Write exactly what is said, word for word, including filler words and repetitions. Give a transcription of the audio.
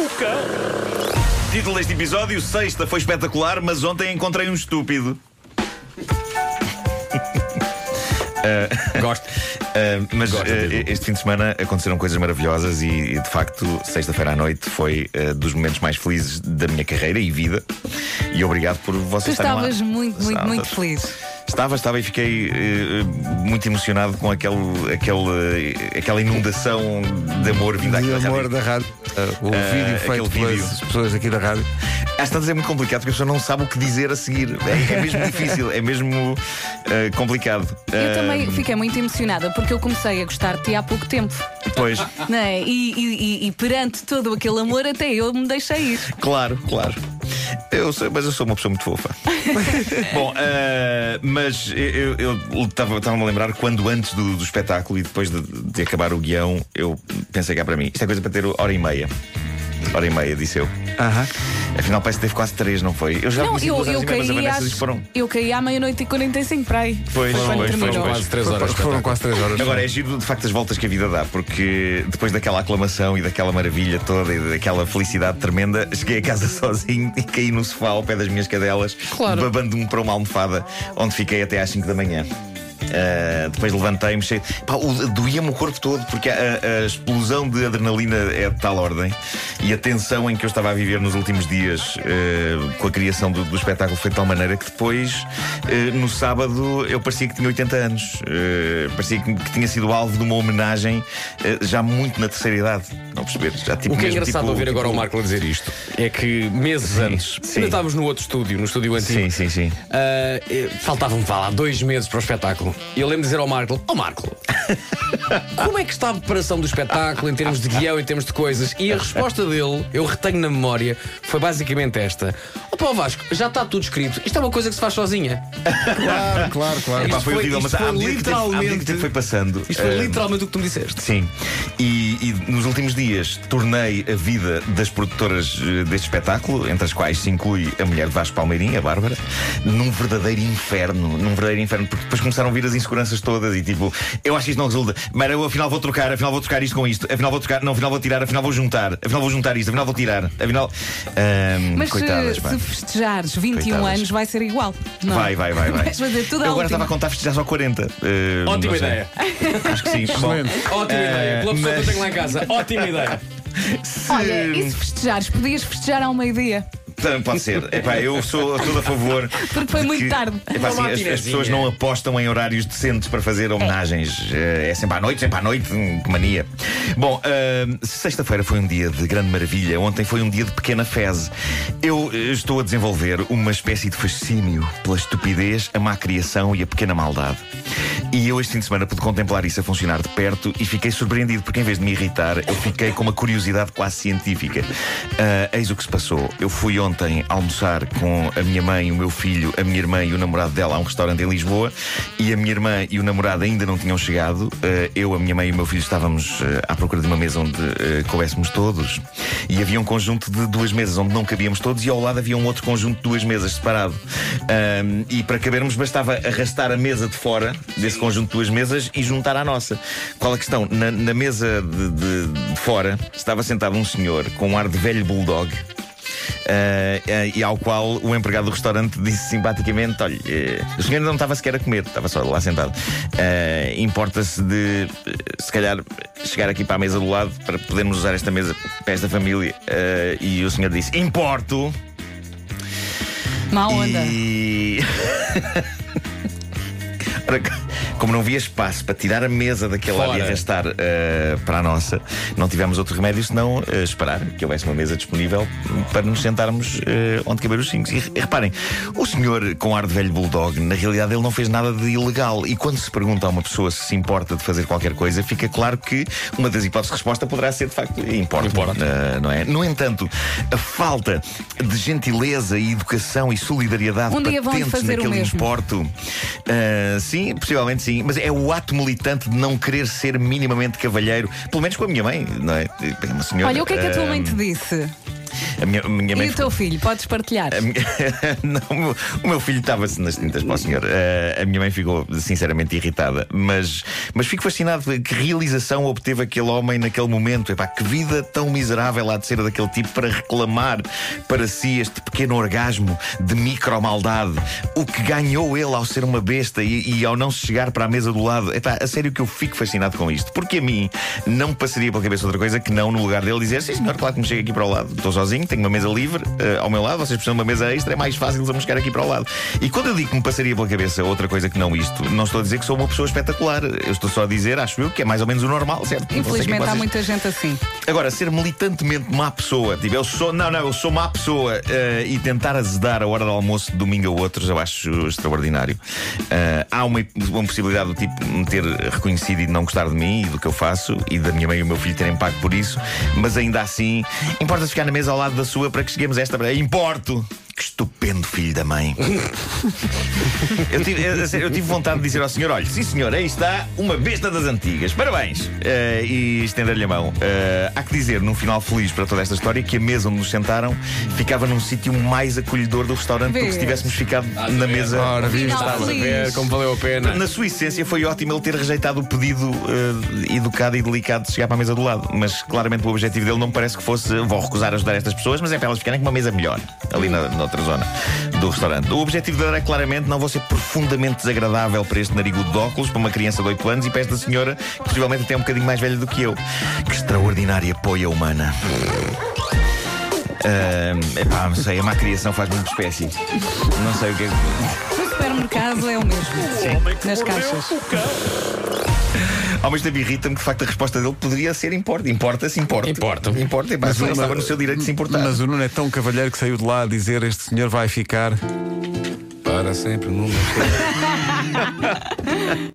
cão. Título deste episódio: sexta foi espetacular, mas ontem encontrei um estúpido. Uh, Gosto. Uh, mas Gosto, uh, este fim de semana aconteceram coisas maravilhosas e, de facto, sexta-feira à noite foi uh, dos momentos mais felizes da minha carreira e vida. E obrigado por vocês Tu estarem lá. estavas muito, muito, Estava- muito feliz. Estava, estava e fiquei uh, muito emocionado com aquele, aquele, uh, aquela inundação de amor vindo aqui De da amor rádio. da rádio. Uh, o Uh, vídeo feito aquele pelas vídeo. pessoas aqui da rádio. Às tantas é muito complicado porque a pessoa não sabe o que dizer a seguir. É, é mesmo difícil, é mesmo uh, complicado. Eu Uh, também fiquei muito emocionada porque eu comecei a gostar de ti há pouco tempo. Pois, Não é? e, e- e- e perante todo aquele amor, até eu me deixei ir. claro, claro. Eu sou, mas eu sou uma pessoa muito fofa. Bom, uh, mas eu estava-me a lembrar quando antes do, do espetáculo e depois de, de acabar o guião, eu pensei cá para mim, isto é coisa para ter hora e meia. Hora e meia, disse eu. Aham. Afinal, parece que teve quase três, não foi? Eu já Não, disse eu, duas horas eu e meia, mas a caí Vanessa às, disse que foram. eu caí à meia-noite e quarenta e cinco para aí. Pois, Foi quando pois, terminou. pois, pois. Quase três horas. Foram quase três horas. Agora é giro de facto as voltas que a vida dá, porque depois daquela aclamação e daquela maravilha toda e daquela felicidade tremenda, cheguei a casa sozinho e caí no sofá ao pé das minhas cadelas, Claro. babando-me para uma almofada, onde fiquei até às cinco da manhã. Uh, depois levantei-me cheio. Pá, o- doía-me o corpo todo, porque a, a explosão de adrenalina é de tal ordem e a tensão em que eu estava a viver nos últimos dias uh, com a criação do, do espetáculo foi de tal maneira que depois, uh, no sábado, eu parecia que tinha oitenta anos. Uh, parecia que, que tinha sido alvo de uma homenagem uh, já muito na terceira idade. Não perceber? Já, tipo, O que é mesmo, engraçado tipo, ouvir agora tipo- o Marco a dizer isto é que meses antes, sim. ainda estávamos no outro estúdio, no estúdio antigo. Sim, sim, sim. Ah, eh, faltavam, vá lá, dois meses para o espetáculo. E eu lembro de dizer ao Marco: Ó Marco, como é que está a preparação do espetáculo em termos de guião, em termos de coisas? E a resposta dele, eu retenho na memória, foi basicamente esta: Ó pá, Vasco, já está tudo escrito. Isto é uma coisa que se faz sozinha. Claro, claro, claro. Pá, Isto foi foi- horrível, isto mas foi à medida que tempo- à medida que o literalmente- tempo foi passando. Isto foi uh, literalmente o que tu me disseste. Sim, e, e nos últimos dias tornei a vida das produtoras eh, deste espetáculo, entre as quais se inclui a mulher de Vasco Palmeirinho, a Bárbara, num verdadeiro inferno. Num verdadeiro inferno, porque depois começaram a vir as inseguranças todas e tipo, eu acho que isto não resulta, mas eu afinal vou trocar, afinal vou trocar isto com isto, afinal vou trocar, não, afinal vou tirar, afinal vou juntar, afinal vou juntar isto, afinal vou tirar, afinal. ahm, Mas se, coitadas, pá. se festejares vinte e um Coitadas. anos, vai ser igual. Não? Vai, vai, vai, vai. Vais fazer tudo à Eu agora última. estava a contar festejar só quarenta. eh, Ótima não sei. ideia. Acho que sim. Bom, Excelente. Ótima ideia. Pela pessoa que eu mas- tenho lá em casa. Ótima ideia. se- Olha, e se festejares, podias festejar ao meio-dia. Também pode ser. Epá, eu sou todo a favor. Porque foi de muito que- tarde. Epá, Uma assim, as, as matinezinha. pessoas não apostam em horários decentes para fazer homenagens. É, é sempre à noite, sempre à noite. Hum, que mania. Bom, ah, sexta-feira foi um dia de grande maravilha. Ontem foi um dia de pequena feze. Eu eh, estou a desenvolver uma espécie de fascínio pela estupidez, a má criação e a pequena maldade. E eu este fim de semana pude contemplar isso a funcionar de perto e fiquei surpreendido, porque em vez de me irritar, eu fiquei com uma curiosidade quase científica. Ah, eis o que se passou. Eu fui ontem almoçar com a minha mãe, o meu filho, a minha irmã e o namorado dela a um restaurante em Lisboa, e a minha irmã e o namorado ainda não tinham chegado. Ah, eu, a minha mãe e o meu filho estávamos ah, à procura de uma mesa onde ah, coubéssemos todos, e havia um conjunto de duas mesas onde não cabíamos todos, e ao lado havia um outro conjunto de duas mesas separado. Ah, e para cabermos bastava arrastar a mesa de fora desse conjunto de duas mesas e juntar à nossa. Qual a questão? Na, na mesa de, de- de fora estava sentado um senhor com um ar de velho bulldog. Uh, uh, e ao qual o empregado do restaurante disse simpaticamente: olha, uh, o senhor ainda não estava sequer a comer, estava só lá sentado. Uh, Importa-se de, uh, se calhar, chegar aqui para a mesa do lado para podermos usar esta mesa para esta família. Uh, e o senhor disse: importo. Má onda. E. Ora, como não havia espaço para tirar a mesa daquele lado e Fora. arrastar uh, para a nossa, não tivemos outro remédio senão uh, esperar que houvesse uma mesa disponível para nos sentarmos uh, onde caber os cinco. E, e reparem, o senhor com ar de velho bulldog, na realidade ele não fez nada de ilegal. E quando se pergunta a uma pessoa se se importa de fazer qualquer coisa, fica claro que uma das hipóteses de resposta poderá ser de facto importa. Importa. Uh, não é? No entanto, a falta de gentileza e educação e solidariedade Um dia vão-lhe patentes fazer o naquele mesmo. importo. Uh, sim, possivelmente sim, mas é o ato militante de não querer ser minimamente cavalheiro, pelo menos com a minha mãe, não é? É uma senhora. Olha, o que é que a tua mãe uh, te disse? A minha, a minha mãe E o teu filho, podes partilhar? A minha- Não, o meu- o meu filho estava-se nas tintas para o senhor. Uh, a minha mãe ficou sinceramente irritada. Mas, mas fico fascinado. Que realização obteve aquele homem naquele momento? Epá, que vida tão miserável há de ser daquele tipo para reclamar para si este pequeno orgasmo de micro-maldade. O que ganhou ele ao ser uma besta e, e ao não se chegar para a mesa do lado. Epá, a sério que eu fico fascinado com isto. Porque a mim não me passaria pela cabeça outra coisa que não, no lugar dele, dizer: sim senhor, claro que me chega aqui para o lado. Estou sozinho, tenho uma mesa livre uh, ao meu lado. Vocês precisam de uma mesa extra, é mais fácil de me chegar aqui para o lado. E quando eu digo que me passaria pela cabeça outra coisa que não isto, não estou a dizer que sou uma pessoa espetacular. Eu estou só a dizer, acho eu, que é mais ou menos o normal, certo? Não sei o que Infelizmente há vocês- muita gente assim. Agora, ser militantemente má pessoa, tipo, eu sou, não, não, eu sou má pessoa, eh, e tentar azedar a hora do almoço de domingo a outros, eu acho extraordinário. Eh, há uma, uma possibilidade do tipo me ter reconhecido e de não gostar de mim e do que eu faço, e da minha mãe e o meu filho terem pago por isso, mas ainda assim, importa-se ficar na mesa ao lado da sua para que cheguemos a esta. Importo! Que estupendo filho da mãe. eu, tive, eu, eu tive vontade de dizer ao senhor: olha, sim senhor, aí está uma besta das antigas, parabéns. Uh, e estender-lhe a mão. Uh, há que dizer, num final feliz para toda esta história, que a mesa onde nos sentaram ficava num sítio mais acolhedor do restaurante do que Vês? se tivéssemos ficado na mesa. Ora, viste? Final Estás a feliz. ver como valeu a pena. Na sua essência foi ótimo ele ter rejeitado o pedido uh, educado e delicado de chegar para a mesa do lado. Mas claramente o objetivo dele não me parece que fosse: vou recusar ajudar estas pessoas, mas é para elas ficarem com uma mesa melhor ali na, na outra zona do restaurante. O objetivo dele era claramente: não vou ser profundamente desagradável para este narigudo de óculos, para uma criança de oito anos e para esta senhora, que possivelmente até é um bocadinho mais velha do que eu. Que extraordinária poia humana. Uh, epá, não sei, a má criação faz muito espécie. Não sei o que é que. No supermercado é o mesmo. Nas caixas. Ao mesmo tempo irrita-me que de facto a resposta dele poderia ser: importa. Importa-se, importa. Importa. Importa. Epá, Mas ele o- estava no seu direito de se importar. Mas o Nuno é tão cavalheiro que saiu de lá a dizer: este senhor vai ficar para sempre numa.